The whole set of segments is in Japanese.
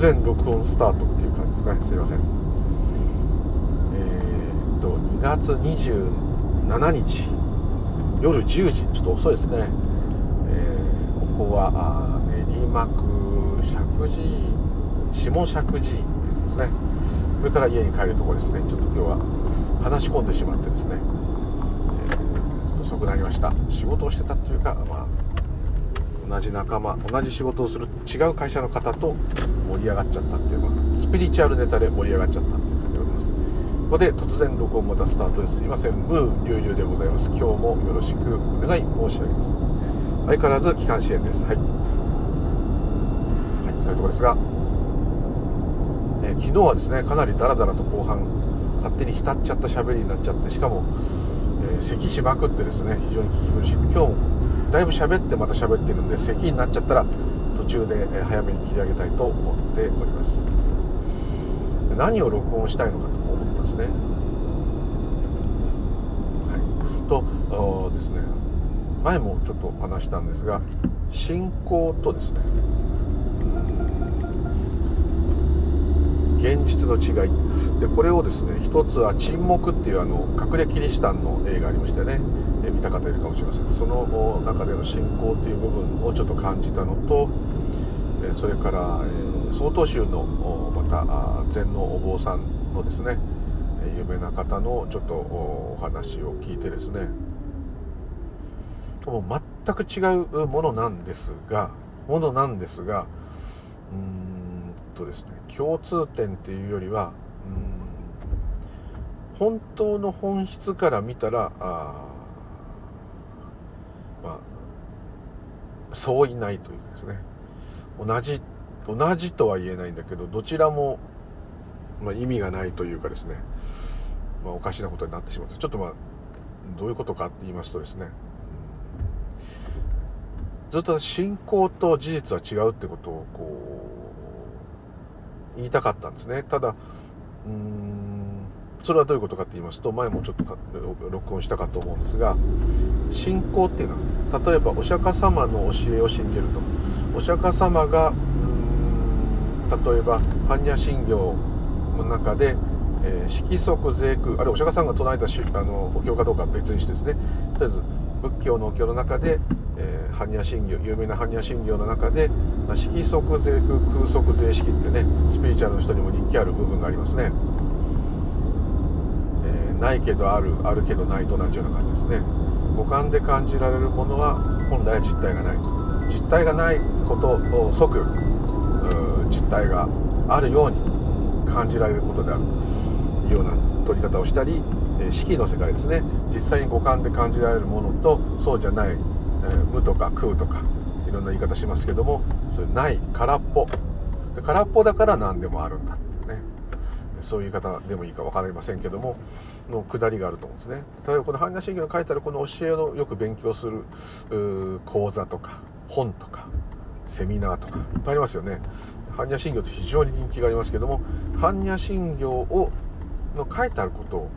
然録音スタートっていう感じですね。すいません。2月27日夜10時、ちょっと遅いですね。ここは練馬区石神井、下石神井っていうとこですね。これから家に帰るところですね。ちょっと今日は話し込んでしまってですね、遅くなりました。仕事をしてたっていうか、同じ仲間、同じ仕事をする違う会社の方と盛り上がっちゃったっていう、スピリチュアルネタで盛り上がっちゃったっていう感じでございます。ここで突然録音またスタートです。すいません、ムーリュウリュウでございます。今日もよろしくお願い申し上げます。相変わらず機関支援です。はい、そういうところですが、昨日はですね、かなりダラダラと後半勝手に浸っちゃった喋りになっちゃって、しかも、咳しまくってですね、非常に聞き苦しい。今日もだいぶ喋ってまた喋ってるんで、咳になっちゃったら途中で早めに切り上げたいと思っております。何を録音したいのかと思ったんですね。ですね、前もちょっと話したんですが、信仰とですね、現実の違いで、これをですね、一つは沈黙っていう隠れキリシタンの映画ありましたよね。見た方いるかもしれません。その中での信仰っていう部分をちょっと感じたのと、それから曹洞宗のまた禅のお坊さんのですね、有名な方のちょっとお話を聞いてですね、もう全く違うものなんですがですね、共通点っていうよりは、本当の本質から見たらそういないというですね、同じとは言えないんだけど、どちらも、意味がないというかですね、おかしなことになってしまう。ちょっとどういうことかって言いますとですね、ずっと信仰と事実は違うってことを言いたかったんですね。ただそれはどういうことかって言いますと、前もちょっと録音したかと思うんですが、信仰っていうのは、例えばお釈迦様の教えを信じると、お釈迦様が例えば般若心経の中で、色即是空、あれお釈迦さんが唱えたお経かどうかは別にしてですね、とりあえず仏教のお経の中で、般若心経、有名な般若心経の中で色即是空、空即是色ってね、スピリチュアルの人にも人気ある部分がありますね。ないけどある、あるけどないと同じような感じですね。五感で感じられるものは本来は実体がない、実体がないことを即実体があるように感じられることであるというような取り方をしたり、色の世界ですね、実際に五感で感じられるものとそうじゃない、無とか空とかいろんな言い方しますけども、それない、空っぽだから何でもあるんだっていうね、そういう言い方でもいいか分かりませんけどもの下りがあると思うんですね。例えばこの般若心経に書いてあるこの教えをよく勉強する講座とか本とかセミナーとかいっぱいありますよね。般若心経って非常に人気がありますけども、般若心経の書いてあることを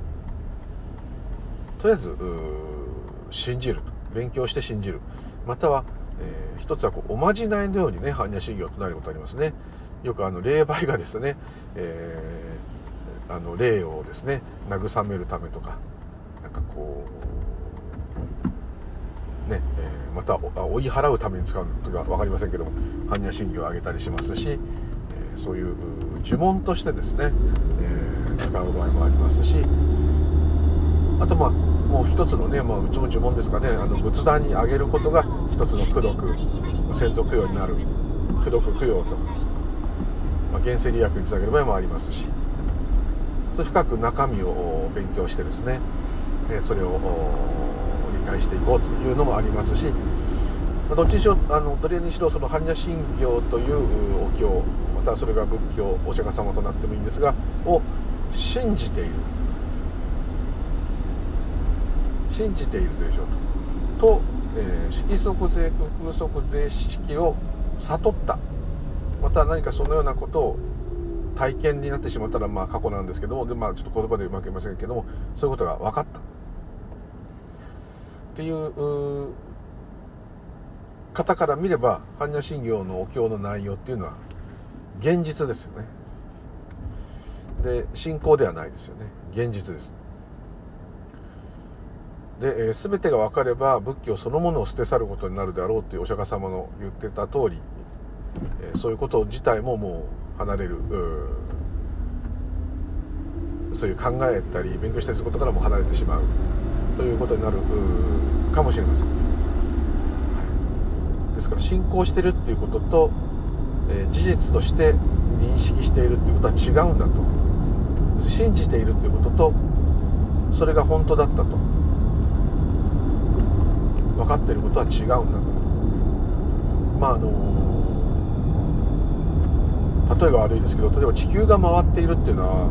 とりあえず信じると、勉強して信じる、または、一つはおまじないのようにね、般若心経を唱えることありますね。よく霊媒がですね、霊をですね慰めるためとか、なんかまた追い払うために使うとか分かりませんけども、般若心経をあげたりしますし、そういう呪文としてですね、使う場合もありますし、あともう一つのね、うちも呪文ですかね、仏壇にあげることが一つの功徳、先祖供養になる功徳供養と、現世利益につなげる場合もありますし、それ深く中身を勉強してですね、それを理解していこうというのもありますし、どっちにしろどれにしろその般若心経というお経、またはそれが仏教お釈迦様となってもいいんですがを信じているという状態と、色即是空、空即是色を悟った、また何かそのようなことを体験になってしまったら過去なんですけども、でちょっと言葉でうまく言えませんけども、そういうことが分かったっていう方から見れば、般若心経のお経の内容っていうのは現実ですよね。で信仰ではないですよね、現実です。で、全てが分かれば仏教そのものを捨て去ることになるであろうというお釈迦様の言ってた通り、そういうこと自体ももう離れる、そういう考えたり勉強したりすることからも離れてしまうということになるかもしれません。ですから信仰してるっていうことと、事実として認識しているっていうことは違うんだと。信じているっていうこととそれが本当だったと分かっていることは違うんだと。例えが悪いですけど、例えば地球が回っているっていうのは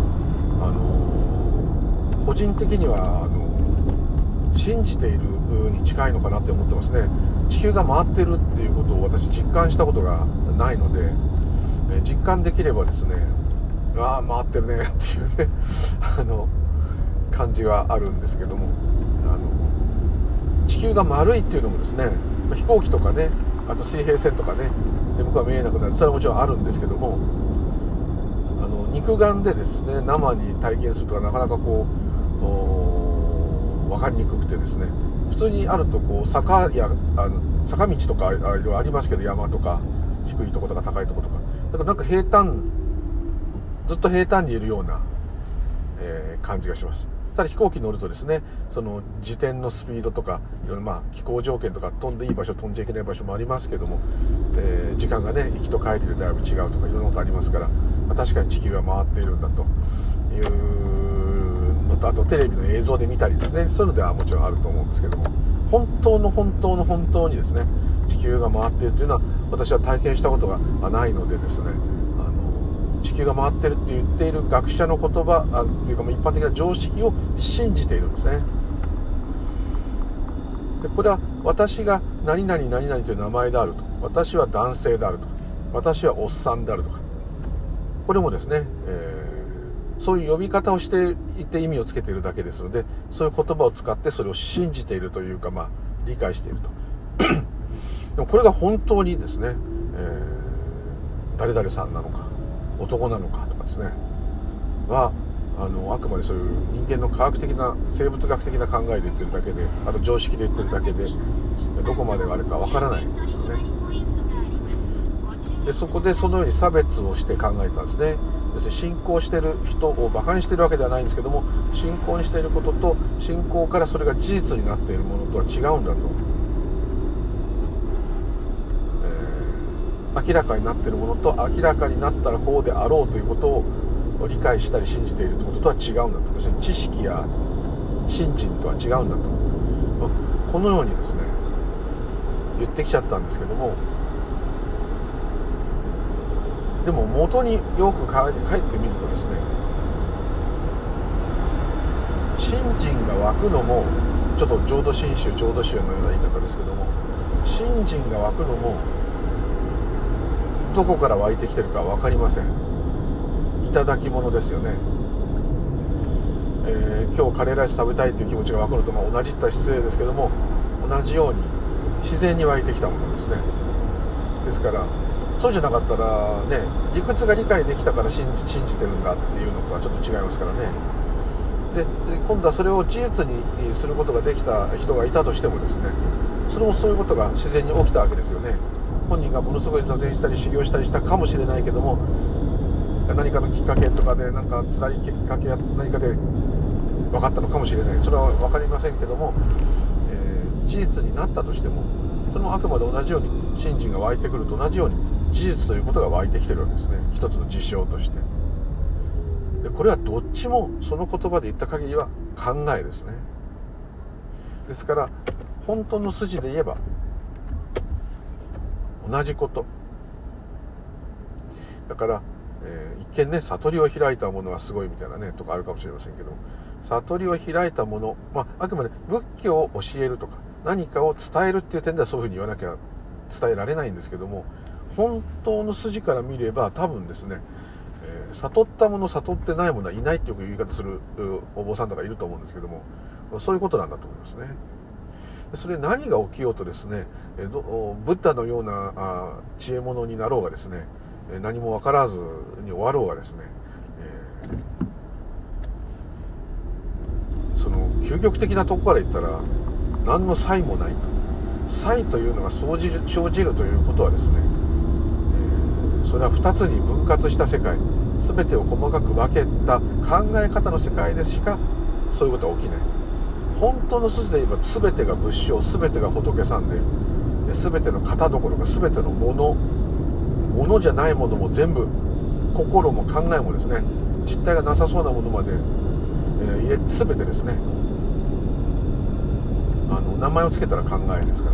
個人的には信じているに近いのかなって思ってますね。地球が回ってるっていうことを私実感したことがないので、実感できればですね、ああ回ってるねっていうね感じがあるんですけども、地球が丸いっていうのもですね、飛行機とかね、あと水平線とかね、向こうは見えなくなる、それはもちろんあるんですけども、肉眼でですね生に体験するとかなかなかこう分かりにくくてですね、普通にあるとこう坂道とかいろいろありますけど、山とか低いところとか高いところとか、だからなんかずっと平坦にいるような、感じがします。ただ飛行機に乗るとですね、その自転のスピードとかいろいろ気候条件とか飛んでいい場所飛んじゃいけない場所もありますけども、時間がね行きと帰りでだいぶ違うとかいろんなことありますから、確かに地球は回っているんだというのと、あとテレビの映像で見たりですね、そういうのではもちろんあると思うんですけども、本当にですね地球が回っているというのは私は体験したことがないのでですね、地球が回ってるって言っている学者の言葉っていうか、一般的な常識を信じているんですね。でこれは私が何々何々という名前であると、私は男性であると、私はおっさんであるとか、これもですね、そういう呼び方をしていて意味をつけているだけですので、そういう言葉を使ってそれを信じているというか、理解しているとでもこれが本当にですね、誰々さんなのか男なのかとかですねはあくまでそういう人間の科学的な生物学的な考えで言ってるだけで、あと常識で言ってるだけで、どこまでがあるかわからないんですね。でそこでそのように差別をして考えたんですね。要するに信仰している人をバカにしているわけではないんですけども、信仰にしていることと信仰からそれが事実になっているものとは違うんだと、明らかになっているものと明らかになったらこうであろうということを理解したり信じているということとは違うんだと、要するに知識や信心とは違うんだと、このようにですね言ってきちゃったんですけども、でも元によく帰ってみるとですね、信心が湧くのもちょっと浄土真宗のような言い方ですけども、信心が湧くのもどこから湧いてきてるか分かりません。いただき物ですよね。今日カレーライス食べたいという気持ちが湧くのと同じって失礼ですけども、同じように自然に湧いてきたものですね。ですからそうじゃなかったらね、理屈が理解できたから信じてるんだっていうのとはちょっと違いますからね。で今度はそれを事実にすることができた人がいたとしてもですね、それもそういうことが自然に起きたわけですよね。本人がものすごい座禅したり修行したりしたかもしれないけども、何かのきっかけとかでなんか辛いきっかけや何かで分かったのかもしれない、それは分かりませんけども、事実になったとしても、それもあくまで同じように信心が湧いてくると同じように事実ということが湧いてきてるわけですね、一つの事象として。でこれはどっちもその言葉で言った限りは考えですね。ですから本当の筋で言えば同じことだから、一見ね悟りを開いたものはすごいみたいなねとかあるかもしれませんけど、悟りを開いたもの、あくまで仏教を教えるとか何かを伝えるっていう点ではそういうふうに言わなきゃ伝えられないんですけども、本当の筋から見れば多分ですね、悟ったもの悟ってないものはいないっていう言い方するお坊さんとかいると思うんですけども、そういうことなんだと思いますね。それ何が起きようとですね、ブッダのような知恵者になろうがですね、 何も分からずに終わろうがですね、その究極的なところから言ったら何の差異もない。差異というのが生じるということはですね、それは2つに分割した世界、全てを細かく分けた考え方の世界でしかそういうことは起きない。本当の筋で言えば全てが仏性、全てが仏さんで、全ての型どころか全てのものじゃないものも全部、心も考えもですね、実体がなさそうなものまで、全てですね、名前を付けたら考えですから。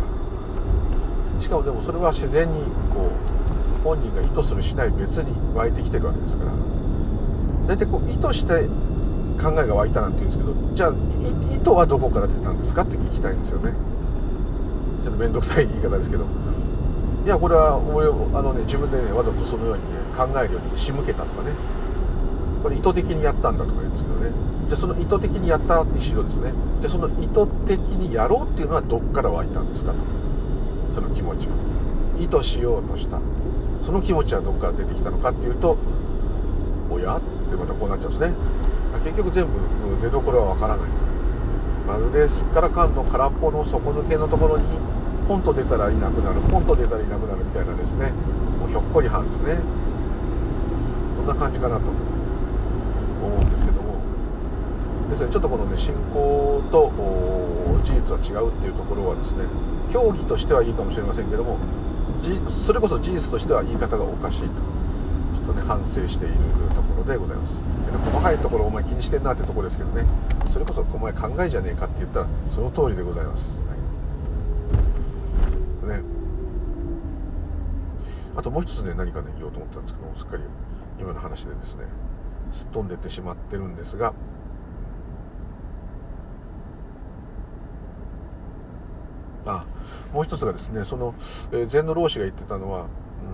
しかもでもそれは自然にこう本人が意図するしない別に湧いてきてるわけですから、大体こう意図して考えが湧いたなんて言うんですけど、じゃあ意図はどこから出たんですかって聞きたいんですよね。ちょっと面倒くさい言い方ですけど、いやこれは俺自分でねわざとそのようにね考えるように仕向けたとかね、これ意図的にやったんだとか言うんですけどね、じゃあその意図的にやったにしろですね、じゃあその意図的にやろうっていうのはどっから湧いたんですかと、その気持ちは意図しようとしたその気持ちはどっから出てきたのかっていうと、おやってまたこうなっちゃうんですね。結局全部出どころはわからない。まるですっからかんの空っぽの底抜けのところにポンと出たらいなくなる、ポンと出たらいなくなるみたいなですね、もうひょっこりはんですね。そんな感じかなと思うんですけども、ですね、ちょっとこのね信仰と事実は違うっていうところはですね、教義としてはいいかもしれませんけども、それこそ事実としては言い方がおかしいとちょっとね反省しているところでございます。細かいところお前気にしてんなってところですけどね、それこそお前考えじゃねえかって言ったらその通りでございます、はい、ね、あともう一つね何かね言おうと思ったんですけども、すっかり今の話でですねすっ飛んでってしまってるんですが、もう一つがですね、その、禅の老子が言ってたのは、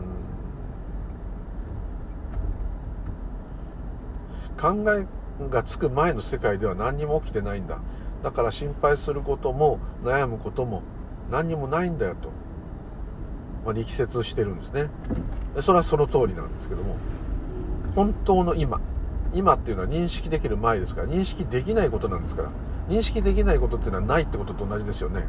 考えがつく前の世界では何にも起きてないんだ、だから心配することも悩むことも何にもないんだよと、力説してるんですね。それはその通りなんですけども、本当の今っていうのは認識できる前ですから、認識できないことなんですから、認識できないことっていうのはないってことと同じですよね。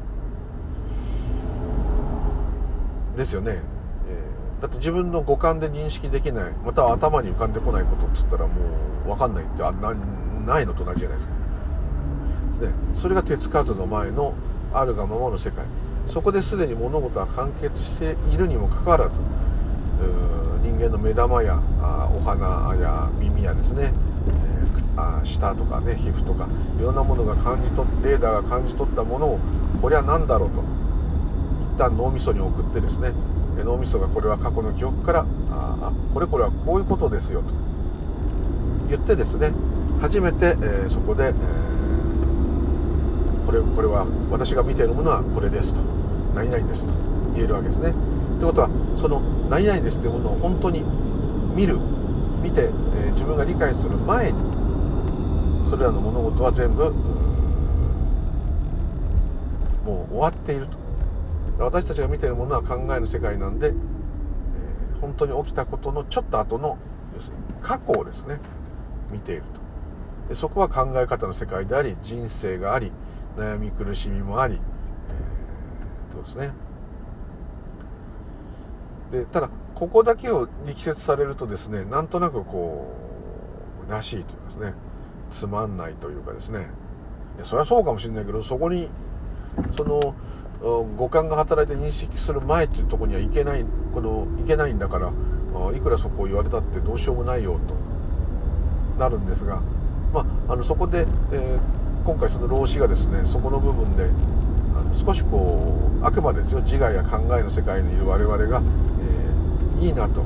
ですよね、だって自分の五感で認識できない、または頭に浮かんでこないことっつったらもう分かんないってないのと同じじゃないですか。それが手つかずの前のあるがままの世界、そこですでに物事は完結しているにもかかわらず、人間の目玉やお花や耳やですね、舌とかね皮膚とかいろんなものがレーダーが感じ取ったものをこれは何だろうと一旦脳みそに送ってですね、脳みそがこれは過去の記憶からこれはこういうことですよと言ってですね、初めて、そこで、これは私が見ているものはこれですと、何々ですと言えるわけですね。ってことはその何々ですというものを本当に見て、自分が理解する前にそれらの物事は全部もう終わっていると。私たちが見ているものは考えの世界なんで、本当に起きたことのちょっと後の要するに過去をですね見ていると。でそこは考え方の世界であり、人生があり、悩み苦しみもあり、そうですね。でただここだけを力説されるとですね、なんとなくこう虚しいというかですね、つまんないというかですね、それはそうかもしれないけど、そこにその五感が働いて認識する前っていうところにはいけないんだから、いくらそこを言われたってどうしようもないよとなるんですが、そこで、今回その老子がですねそこの部分で少しこうあくまでですよ自我や考えの世界にいる我々が、いいなと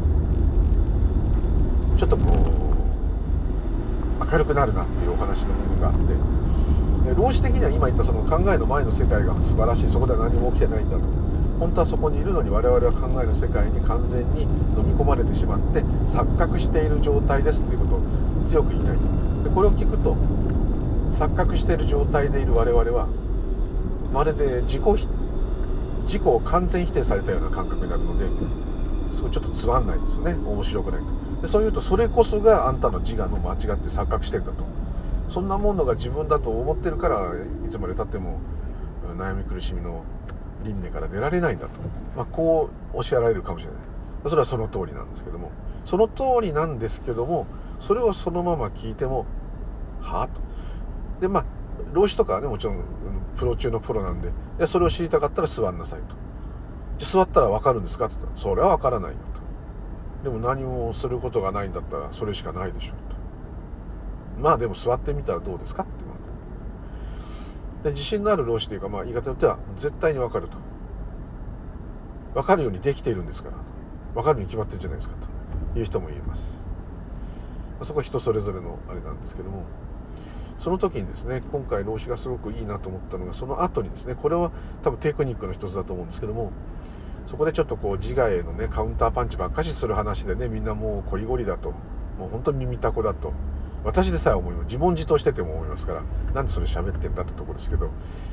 ちょっとこう明るくなるなっていうお話の部分があって、老子的には今言ったその考えの前の世界が素晴らしい、そこでは何も起きてないんだと、本当はそこにいるのに我々は考えの世界に完全に飲み込まれてしまって錯覚している状態ですということを強く言いたいと。でこれを聞くと錯覚している状態でいる我々はまるで自己を完全否定されたような感覚になるので、 すごいちょっとつまんないんですよね。面白くないと。でそういうと、それこそがあんたの自我の間違って錯覚してんだと。そんなものが自分だと思ってるから、いつまでたっても悩み苦しみの輪廻から出られないんだと、こうおっしゃられるかもしれない。それはその通りなんですけども、その通りなんですけども、それをそのまま聞いてもはぁと。で老子とかはね、もちろんプロ中のプロなんで、それを知りたかったら座んなさいと。じゃ座ったら分かるんですかって言ったら、それは分からないよと。でも何もすることがないんだったらそれしかないでしょうと。でも座ってみたらどうですかって言われて、で自信のある老子というか、言い方によっては絶対に分かると。分かるようにできているんですから、分かるに決まってるじゃないですかという人もいます。そこは人それぞれのあれなんですけども、その時にですね、今回老子がすごくいいなと思ったのが、その後にですね、これは多分テクニックの一つだと思うんですけども、そこでちょっと自我へのねカウンターパンチばっかしする話でね、みんなもうコリゴリだと、もう本当に耳たこだと、私でさえ思います。自問自答してても思いますから、なんでそれ喋ってんだってところですけど、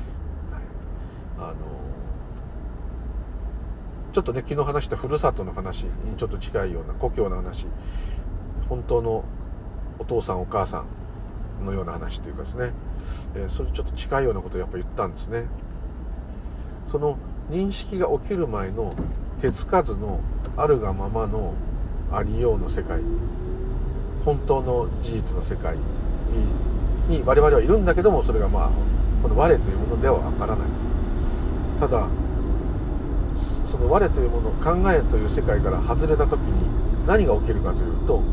ちょっとね、昨日話したふるさとの話にちょっと近いような故郷の話、本当のお父さんお母さんのような話というかですね、それちょっと近いようなことをやっぱ言ったんですね。その認識が起きる前の手つかずのあるがままのありようの世界、本当の事実の世界に我々はいるんだけども、それがこの我というものではわからない。ただその我というもの、考えという世界から外れた時に何が起きるかというと、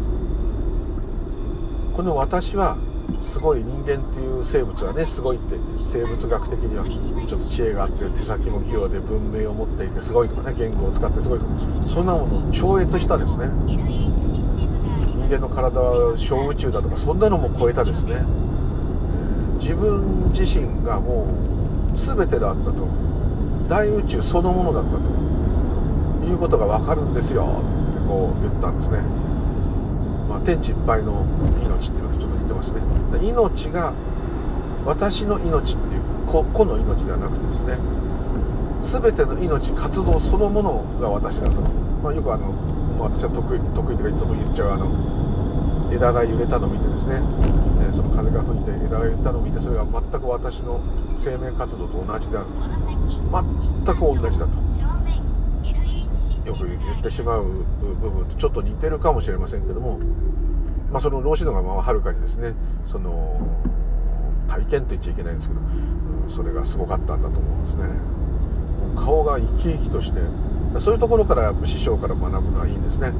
この私はすごい、人間っていう生物はね、すごいって生物学的にはちょっと知恵があって、手先も器用で文明を持っていてすごいとかね、言語を使ってすごいとか、そんなものを超越したですね、人間の体は小宇宙だとか、そんなのも超えたですね、自分自身がもう全てだったと、大宇宙そのものだったということが分かるんですよって言ったんですね。天地いっぱいの命っていうのとちょっと似てますね。命が私の命っていう個の命ではなくてですね、全ての命活動そのものが私なんだと。よく私は得意というかいつも言っちゃう枝が揺れたのを見てですね、その風が吹いて枝が揺れたのを見て、それが全く私の生命活動と同じである、全く同じだとよく言ってしまう部分とちょっと似てるかもしれませんけども、その老子のがはるかにですね、その体験と言っちゃいけないんですけど、それがすごかったんだと思うんですね。顔が生き生きとして、そういうところからやっぱ師匠から学ぶのはいいんですね。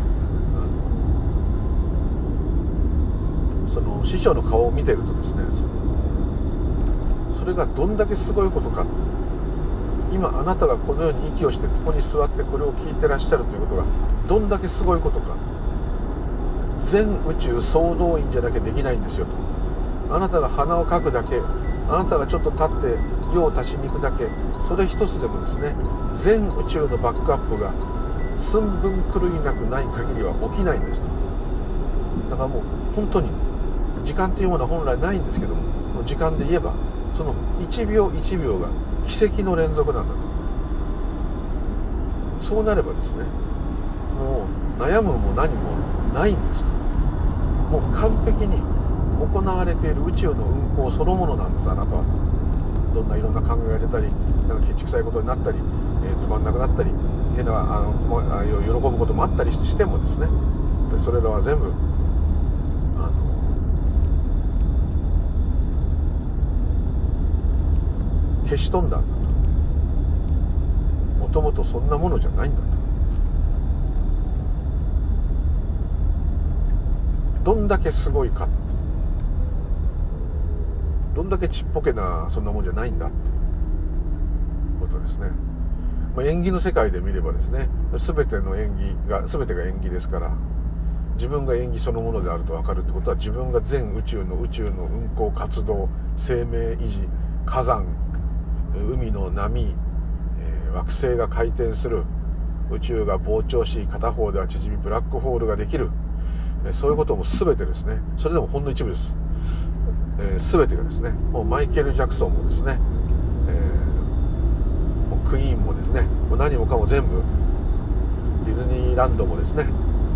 その師匠の顔を見てるとですね、それがどんだけすごいことか、今あなたがこのように息をしてここに座ってこれを聞いてらっしゃるということがどんだけすごいことか、全宇宙総動員じゃなきゃできないんですよと。あなたが鼻をかくだけ、あなたがちょっと立って用を足しに行くだけ、それ一つでもですね、全宇宙のバックアップが寸分狂いなくない限りは起きないんですと。だからもう本当に時間というものは本来ないんですけども、時間で言えばその1秒1秒が奇跡の連続なんだと。そうなればですね、もう悩むも何もないんですと。もう完璧に行われている宇宙の運行そのものなんです、あなたはと。どんないろんな考えが出たり、ケチくさいことになったり、つまんなくなったり、喜ぶこともあったりしてもですね、それらは全部消し飛んだんだと。もともとそんなものじゃないんだと。どんだけすごいかって、どんだけちっぽけなそんなもんじゃないんだっていうことですね。縁起の世界で見ればですね、全てが縁起ですから、自分が縁起そのものであると分かるってことは、自分が全宇宙の運行活動、生命維持、火山、海の波、惑星が回転する、宇宙が膨張し片方では縮みブラックホールができる、そういうことも全てですね、それでもほんの一部です、全てがですね、もうマイケル・ジャクソンもですね、もうクイーンもですね、もう何もかも全部ディズニーランドもですね、も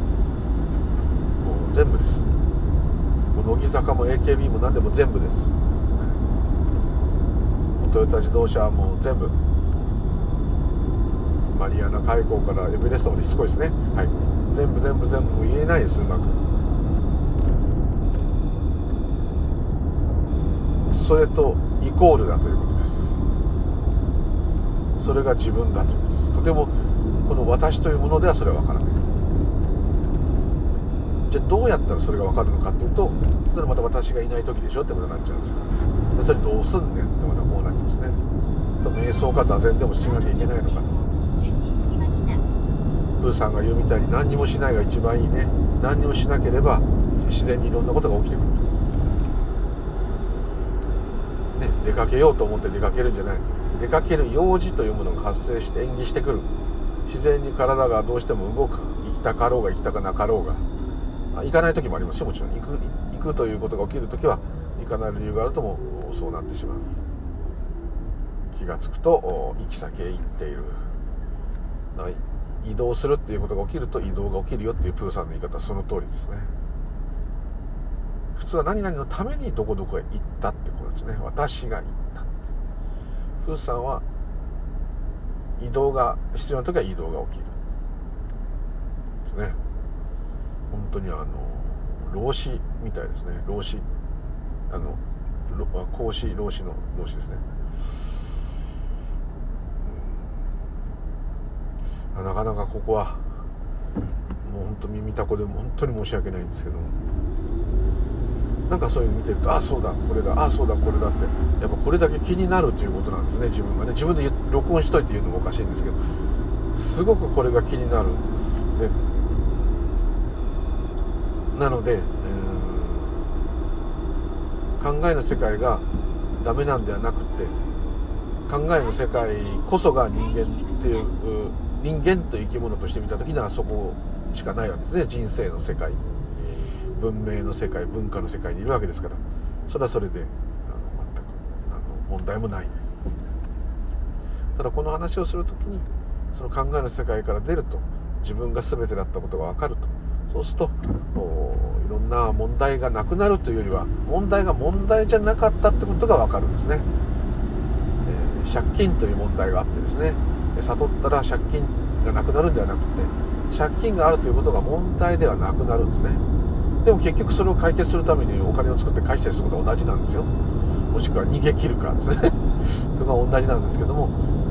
う全部です。もう乃木坂も AKB も何でも全部です。トヨタ自動車も全部、マリアナ海溝からエベレストまでしつこいですね、はい、全部もう言えないです、うまく。それとイコールだということです。それが自分だということです。とてもこの私というものではそれは分からない。じゃあどうやったらそれが分かるのかっていうと、それまた私がいない時でしょってことになっちゃうんですよ。それどうすんねんってまたこうなっちゃうんですね。瞑想か座禅でもしなきゃいけないのかな。プーさんが言うみたいに何にもしないが一番いいね。何にもしなければ自然にいろんなことが起きてくる、ね、出かけようと思って出かけるんじゃない。出かける用事というものが発生して演技してくる。自然に体がどうしても動く。行きたかろうが行きたかなかろうが、行かない時もありますよ。もちろん行くということが起きる時は行かない理由があるともそうなってしまう。気がつくと行き先へ行っている。移動するっていうことが起きると移動が起きるよっていうプーさんの言い方はその通りですね。普通は何々のためにどこどこへ行ったってことですね。私が行ったって。プーさんは移動が必要な時は移動が起きるですね。本当に老子みたいですね。老子孔子老子の老子ですね。なかなかここはもう本当耳たこでも本当に申し訳ないんですけど、なんかそういうの見てると、ああそうだこれだ、ああそうだこれだって、やっぱこれだけ気になるということなんですね。自分がね、自分で録音しといて言うのもおかしいんですけど、すごくこれが気になる。でなので、考えの世界がダメなんではなくて、考えの世界こそが人間っていう、人間という生き物として見た時にはそこしかないわけですね。人生の世界、文明の世界、文化の世界にいるわけですから、それはそれで全く問題もない。ただこの話をするときに、その考えの世界から出ると自分が全てだったことが分かると。そうするといろんな問題がなくなるというよりは、問題が問題じゃなかったってことが分かるんですね。借金という問題があってですね、悟ったら借金がなくなるんではなくて、借金があるということが問題ではなくなるんですね。でも結局それを解決するためにお金を作って返したりすることは同じなんですよ。もしくは逃げ切るかですねそこは同じなんですけども、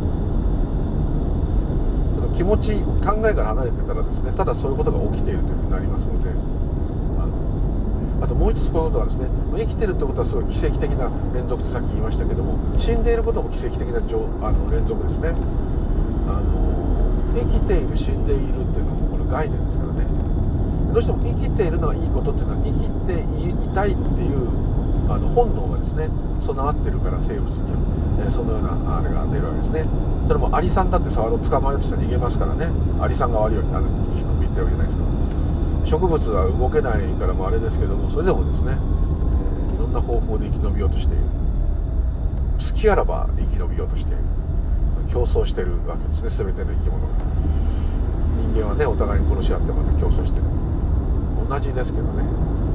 その気持ち、考えから離れてたらですね、ただそういうことが起きているというふうになりますので、あともう一つこういうことはですね、生きてるってことはすごい奇跡的な連続ってさっき言いましたけども、死んでいることも奇跡的な連続ですね。生きている、死んでいるっていうのもこれ概念ですからね。どうしても生きているのがいいことっていうのは、生きていたいっていう本能がですね備わってるから、生物には、そのようなあれが出るわけですね。それもアリさんだって触ろう捕まえようとしたら逃げますからね。アリさんが悪いように低くいってるわけじゃないですから。植物は動けないからもあれですけども、それでもですね、いろんな方法で生き延びようとしている。好きあらば生き延びようとしている。競争しているわけですね、全ての生き物が。人間はね、お互いに殺し合ってまた競争している。同じですけどね、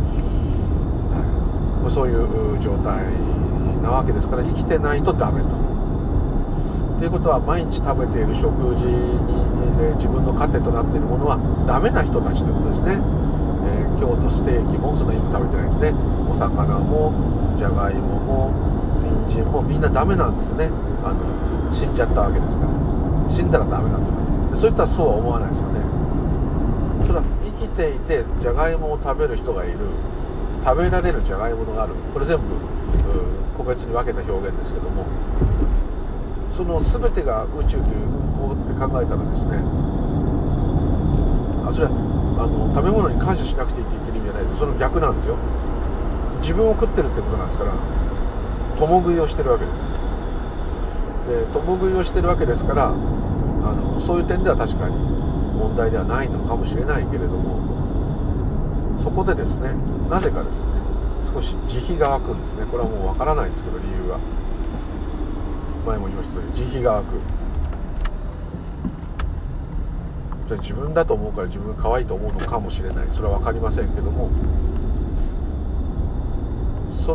はい、そういう状態なわけですから、生きてないとダメと。ということは、毎日食べている食事に、自分の糧となっているものはダメな人たちということですね。今日のステーキもそんなに食べてないですね。お魚もじゃがいもも人参もみんなダメなんですね。死んじゃったわけですから。死んだらダメなんですから。そういったらそうは思わないですよね。それは生きていてじゃがいもを食べる人がいる、食べられるじゃがいものがある、これ全部個別に分けた表現ですけども、その全てが宇宙という運行って考えたらですね、それは食べ物に感謝しなくていいって言ってる意味じゃないですよ。その逆なんですよ。自分を食ってるってことなんですから、共食いをしてるわけです。で、共食いをしてるわけですから、そういう点では確かに問題ではないのかもしれないけれども、そこでですね、なぜかですね、少し慈悲が湧くんですね。これはもうわからないんですけど、理由は。前も言いましたように、慈悲が湧く。 自分だと思うから自分が可愛いと思うのかもしれない、それは分かりませんけども、そ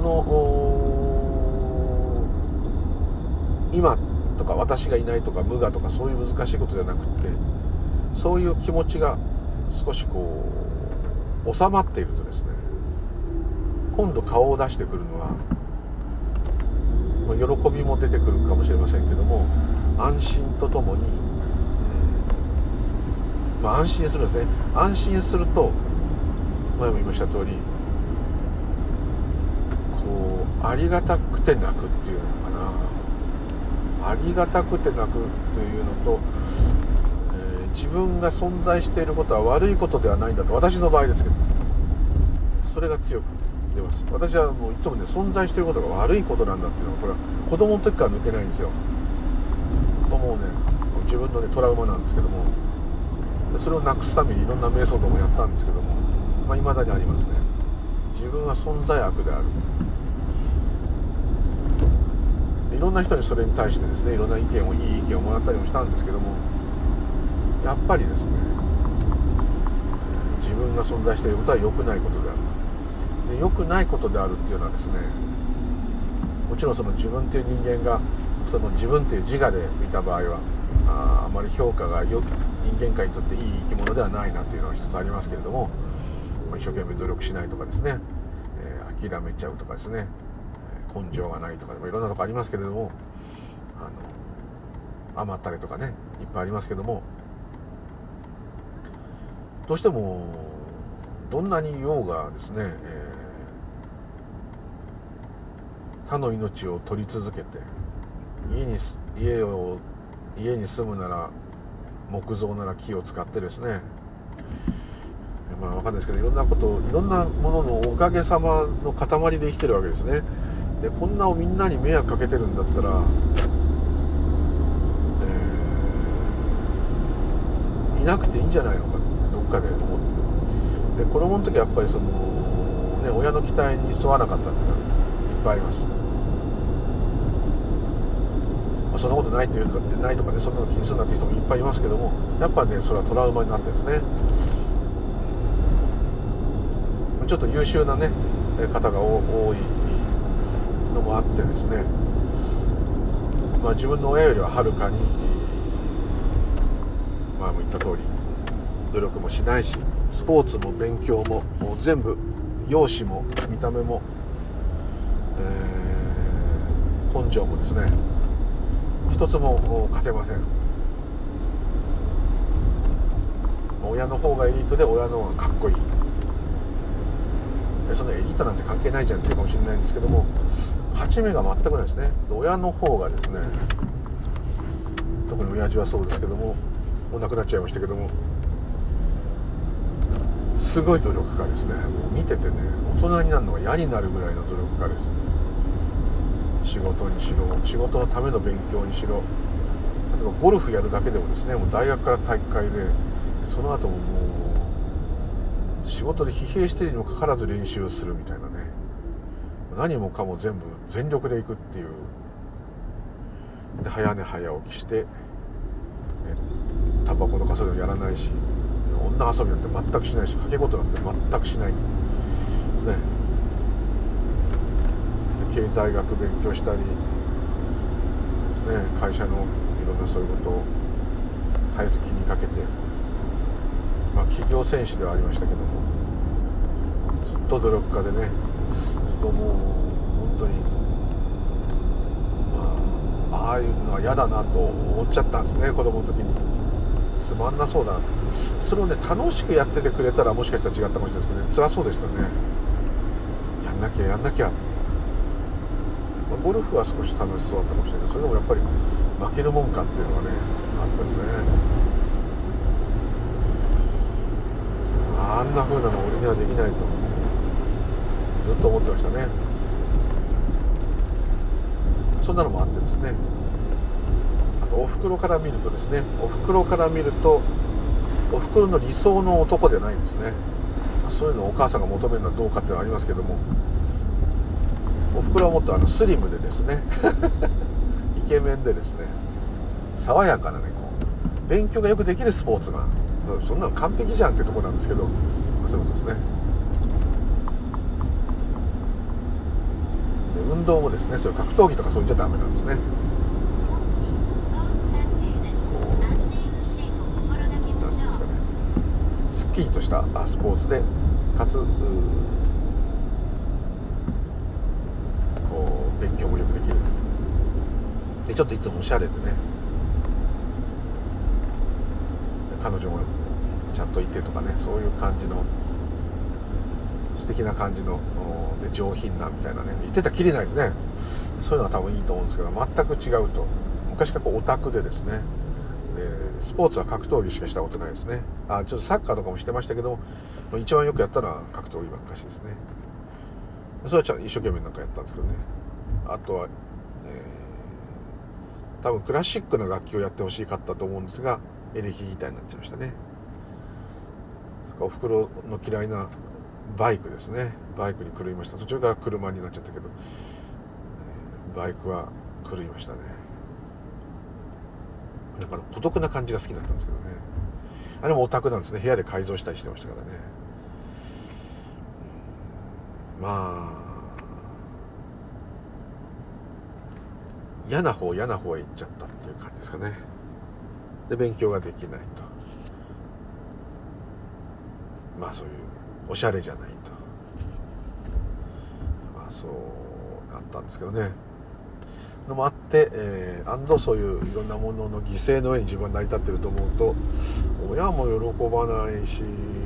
の今とか私がいないとか無我とかそういう難しいことじゃなくって、そういう気持ちが少しこう収まっているとですね、今度顔を出してくるのは、喜びも出てくるかもしれませんけども、安心とともに、安心するんですね。安心すると、前も言いました通り、こうありがたくて泣くっていうのかな、ありがたくて泣くというのと、自分が存在していることは悪いことではないんだと、私の場合ですけど、それが強く出ます。私はもういつもね、存在していることが悪いことなんだっていうのは、これは子供の時から抜けないんですよ。もうね、自分のねトラウマなんですけども、それをなくすためにいろんなメソッドもやったんですけども、未だにありますね。自分は存在悪である。いろんな人にそれに対してですね、いろんないい意見をもらったりもしたんですけども、やっぱりですね、自分が存在していることは良くないことである。で、良くないことであるっていうのはですね、もちろんその自分という人間がその自分という自我で見た場合はあまり評価が人間界にとっていい生き物ではないなというのは一つありますけれども、一生懸命努力しないとかですね、諦めちゃうとかですね、根性がないとか、いろんなとこありますけれども、甘ったれとかね、いっぱいありますけども、どうしてもどんなに用がですね、他の命を取り続けて、家に住むなら木造なら木を使ってですね、わかんないですけど、いろんなもののおかげさまの塊で生きてるわけですね。で、こんなみんなに迷惑かけてるんだったら、いなくていいんじゃないのかってどっかで思ってる。で、子供の時はやっぱりその、親の期待に沿わなかったっていうのはいっぱいあります。そんなことないとかね、そんなの気にするなっていう人もいっぱいいますけども、やっぱね、それはトラウマになってるんですね。ちょっと優秀なね方が多いのもあってですね、自分の親よりははるかに、前も言った通り努力もしないし、スポーツも勉強も全部、容姿も見た目も、根性もですね、一つも勝てません。親の方がエリートで、親の方がかっこいい。そのエリートなんて関係ないじゃんっていうかもしれないんですけども、勝ち目が全くないですね。親の方がですね、特に親父はそうですけども、もう亡くなっちゃいましたけども、すごい努力家ですね。もう見ててね、大人になるのが嫌になるぐらいの努力家です。仕事にしろ、仕事のための勉強にしろ、例えばゴルフやるだけでもですね、もう大学から大会で、その後ももう仕事で疲弊しているにもかかわらず練習をするみたいなね、何もかも全部全力でいくっていう。で、早寝早起きして、タバコとかそういうのやらないし、女遊びなんて全くしないし、賭け事なんて全くしないですね。経済学勉強したりですね、会社のいろんなそういうことを絶えず気にかけて、企業戦士ではありましたけども、ずっと努力家でね、ずっともう本当にああいうのは嫌だなと思っちゃったんですね、子供の時に。つまんなそうだなと。それをね、楽しくやっててくれたらもしかしたら違ったかもしれないですけどね、辛そうでしたね。やんなきゃ。ゴルフは少し楽しそうだったかもしれないけど、それでもやっぱり負けるもんかっていうのがね、あったですね。あんな風なの俺にはできないとずっと思ってましたね。そんなのもあってですね、あとお袋から見るとですね、お袋の理想の男じゃないんですね。そういうのをお母さんが求めるのはどうかっていうのはありますけども、お袋はもっとスリムでですねイケメンでですね、爽やかなね、勉強がよくできるスポーツマンそんなの完璧じゃんってとこなんですけど、そういうことですね。で運動もですね、そういう格闘技とかそういうんじゃダメなんですね。すっきりとしたスポーツで、かつこう勉強もよくできると。でちょっといつもおしゃれでね、彼女もちゃんといてとかね、そういう感じの素敵な感じので上品なみたいなね、言ってたらきりないですね。そういうのは多分いいと思うんですけど、全く違うと。昔からこうオタクでですね、スポーツは格闘技しかしたことないですね。ちょっとサッカーとかもしてましたけども、一番よくやったのは格闘技ばっかしですね。それはちゃんと一生懸命なんかやったんですけどね。あとは、多分クラシックな楽器をやってほしかったと思うんですが、エレキギターになっちゃいましたね。おふくろの嫌いなバイクですね。バイクに狂いました。途中から車になっちゃったけど、バイクは狂いましたね。だから孤独な感じが好きだったんですけどね。あれもオタクなんですね。部屋で改造したりしてましたからね。まあ嫌な方へ行っちゃったっていう感じですかね。で勉強ができないと、そういうおしゃれじゃないと、そうなったんですけどね。のもあって、そういういろんなものの犠牲の上に自分は成り立ってると思うと、親も喜ばないし、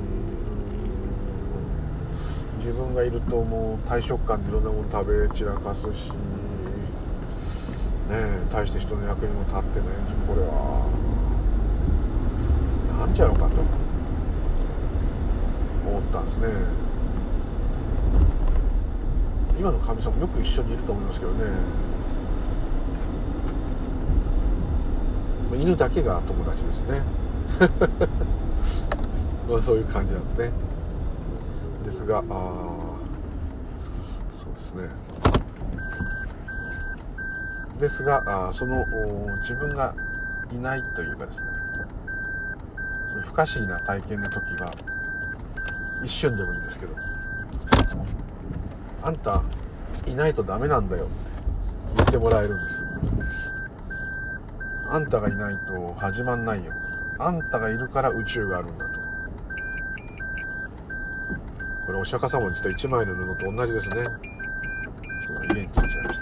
自分がいるともう大食漢でいろんなもの食べ散らかすしね、大して人の役にも立ってないし、これはなんじゃろうかと思ったんですね。今のかみさんもよく一緒にいると思いますけどね。犬だけが友達ですねそういう感じなんですね。ですがそうですね。ですがその自分がいないというかですね、その不可思議な体験の時は一瞬でもいいんですけど、あんたいないとダメなんだよって言ってもらえるんです。あんたがいないと始まんないよ。あんたがいるから宇宙があるんだと。これお釈迦様に言った一枚の布と同じですね。家に着いちゃいました。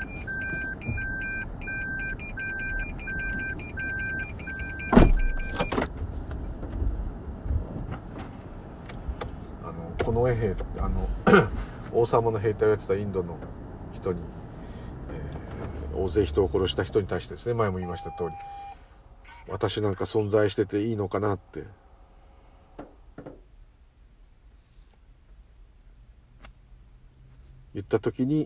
近衛兵と王様の兵隊をやってたインドの人に、大勢人を殺した人に対してですね、前も言いました通り、私なんか存在してていいのかなって言った時に、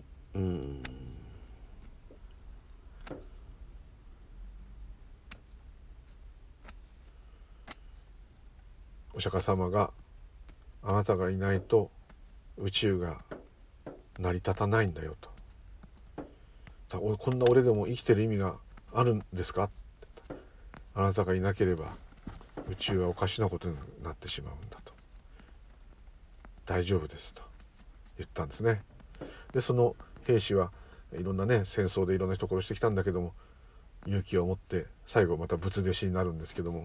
お釈迦様が、あなたがいないと宇宙が成り立たないんだよと。こんな俺でも生きてる意味があるんですか。あなたがいなければ宇宙はおかしなことになってしまうんだと。大丈夫ですと言ったんですね。でその兵士はいろんなね、戦争でいろんな人殺してきたんだけども、勇気を持って最後また仏弟子になるんですけども、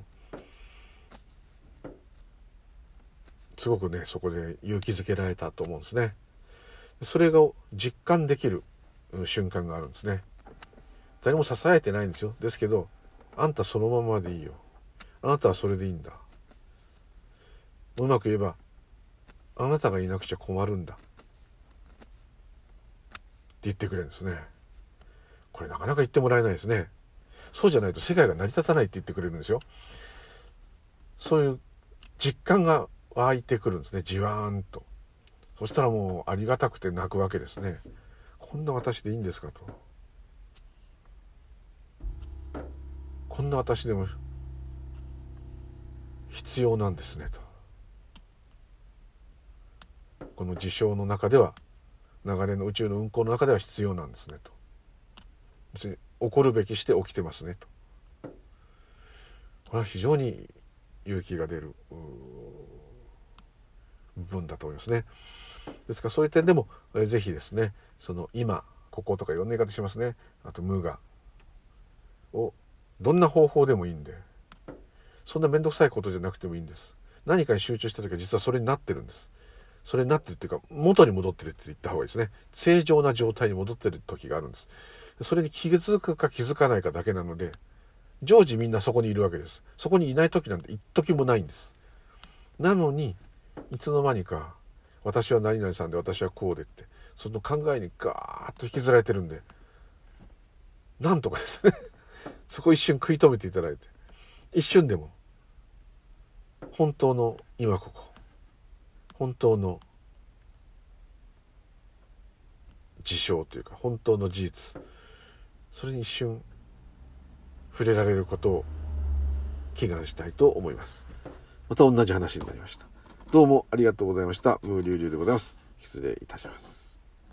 すごくねそこで勇気づけられたと思うんですね。それが実感できる瞬間があるんですね。誰も支えてないんですよ。ですけど、あんたそのままでいいよ、あなたはそれでいいんだ、うまく言えばあなたがいなくちゃ困るんだって言ってくれるんですね。これなかなか言ってもらえないですね。そうじゃないと世界が成り立たないって言ってくれるんですよ。そういう実感が湧いてくるんですね、じわーんと。そしたらもうありがたくて泣くわけですね。こんな私でいいんですかと。こんな私でも必要なんですねと。この事象の中では、流れの宇宙の運行の中では必要なんですねと。別に起こるべきして起きてますねと。これは非常に勇気が出る部分だと思いますね。ですからそういう点でも、ぜひですね、その今こことかいろんな言い方しますね。あと無我をどんな方法でもいいんで、そんな面倒くさいことじゃなくてもいいんです。何かに集中した時は実はそれになってるんです。それになってるっていうか、元に戻ってるって言った方がいいですね。正常な状態に戻ってる時があるんです。それに気づくか気づかないかだけなので、常時みんなそこにいるわけです。そこにいない時なんて一時もないんです。なのにいつの間にか私は何々さんで私はこうでって、その考えにガーッと引きずられてるんで、なんとかですねそこ一瞬食い止めていただいて、一瞬でも本当の今ここ、本当の事象というか本当の事実、それに一瞬触れられることを祈願したいと思います。また同じ話になりました。どうもありがとうございました。ムーリュウリュウでございます。失礼いたします。